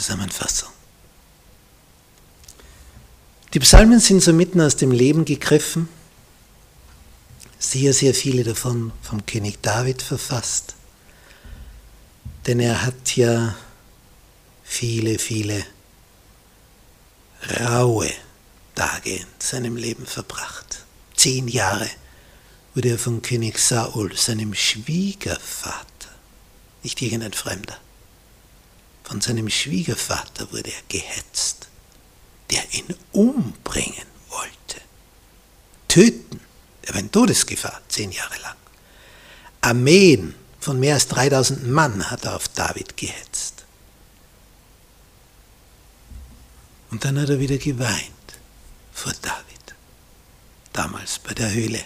Zusammenfassung. Die Psalmen sind so mitten aus dem Leben gegriffen, sehr, sehr viele davon vom König David verfasst, denn er hat ja viele, viele raue Tage in seinem Leben verbracht. 10 Jahre wurde er von König Saul, seinem Schwiegervater, nicht irgendein Fremder, von seinem Schwiegervater wurde er gehetzt, der ihn umbringen wollte, töten. Er war in Todesgefahr 10 Jahre lang. Armeen von mehr als 3000 Mann hat er auf David gehetzt. Und dann hat er wieder geweint vor David, damals bei der Höhle,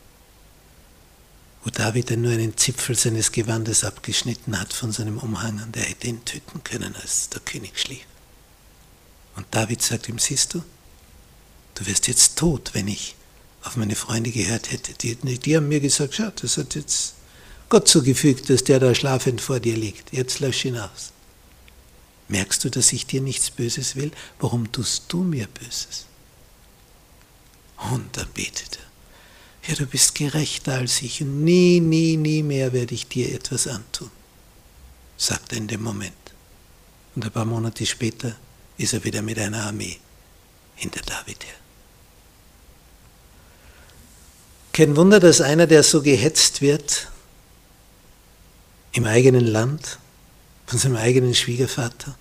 wo David dann nur einen Zipfel seines Gewandes abgeschnitten hat von seinem Umhang und er hätte ihn töten können, als der König schlief. Und David sagt ihm, siehst du, du wirst jetzt tot, wenn ich auf meine Freunde gehört hätte. Die haben mir gesagt, schau, das hat jetzt Gott zugefügt, dass der da schlafend vor dir liegt. Jetzt lösch ihn aus. Merkst du, dass ich dir nichts Böses will? Warum tust du mir Böses? Und dann betet er, ja, du bist gerechter als ich und nie, nie, nie mehr werde ich dir etwas antun, sagt er in dem Moment. Und ein paar Monate später ist er wieder mit einer Armee hinter David her. Kein Wunder, dass einer, der so gehetzt wird, im eigenen Land, von seinem eigenen Schwiegervater,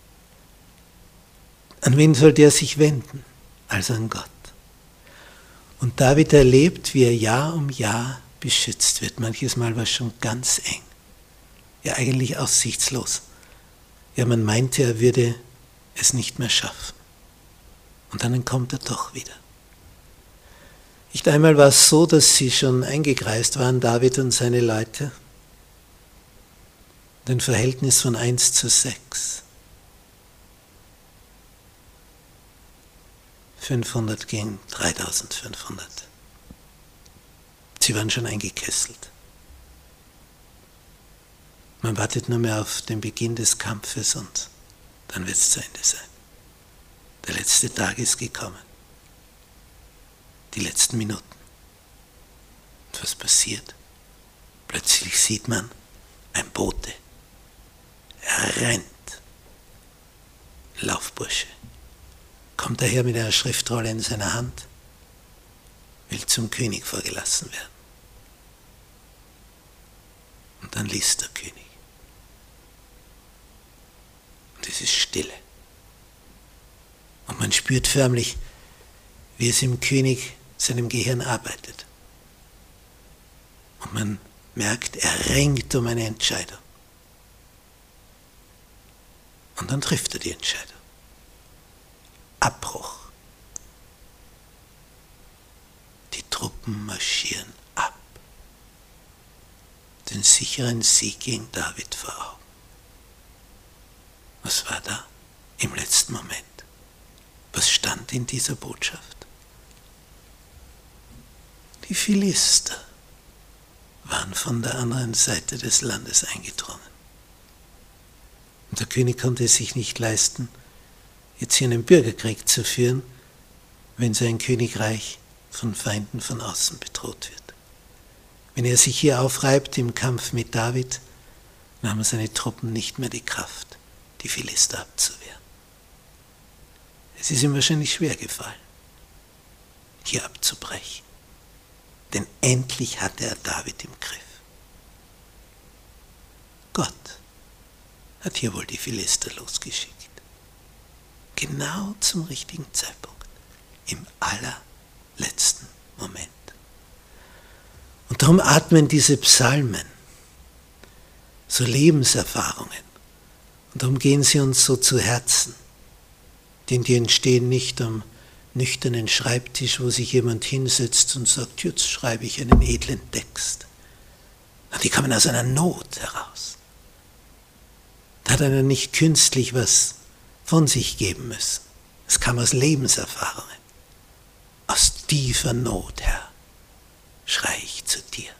an wen soll der sich wenden, als an Gott? Und David erlebt, wie er Jahr um Jahr beschützt wird. Manches Mal war es schon ganz eng, ja eigentlich aussichtslos. Ja, man meinte, er würde es nicht mehr schaffen. Und dann kommt er doch wieder. Nicht einmal war es so, dass sie schon eingekreist waren, David und seine Leute. Ein Verhältnis von 1:6. 500 gegen 3500. Sie waren schon eingekesselt. Man wartet nur mehr auf den Beginn des Kampfes und dann wird es zu Ende sein. Der letzte Tag ist gekommen. Die letzten Minuten. Und was passiert? Plötzlich sieht man ein Bote. Er rennt. Laufbursche. Kommt daher mit einer Schriftrolle in seiner Hand, will zum König vorgelassen werden. Und dann liest der König. Und es ist Stille. Und man spürt förmlich, wie es im König seinem Gehirn arbeitet. Und man merkt, er ringt um eine Entscheidung. Und dann trifft er die Entscheidung. Abbruch. Die Truppen marschieren ab. Den sicheren Sieg gegen David vor Augen. Was war da im letzten Moment? Was stand in dieser Botschaft? Die Philister waren von der anderen Seite des Landes eingedrungen. Und der König konnte es sich nicht leisten, jetzt hier einen Bürgerkrieg zu führen, wenn sein Königreich von Feinden von außen bedroht wird. Wenn er sich hier aufreibt im Kampf mit David, dann haben seine Truppen nicht mehr die Kraft, die Philister abzuwehren. Es ist ihm wahrscheinlich schwer gefallen, hier abzubrechen. Denn endlich hatte er David im Griff. Gott hat hier wohl die Philister losgeschickt. Genau zum richtigen Zeitpunkt. Im allerletzten Moment. Und darum atmen diese Psalmen so Lebenserfahrungen. Und darum gehen sie uns so zu Herzen. Denn die entstehen nicht am nüchternen Schreibtisch, wo sich jemand hinsetzt und sagt, jetzt schreibe ich einen edlen Text. Und die kommen aus einer Not heraus. Da hat einer nicht künstlich was von sich geben müssen. Es kam aus Lebenserfahrungen. Aus tiefer Not, Herr, schreie ich zu dir.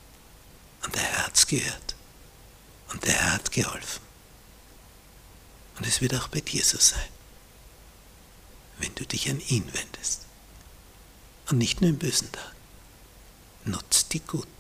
Und der Herr hat's gehört. Und der Herr hat geholfen. Und es wird auch bei dir so sein, wenn du dich an ihn wendest. Und nicht nur im bösen Tag. Nutz die guten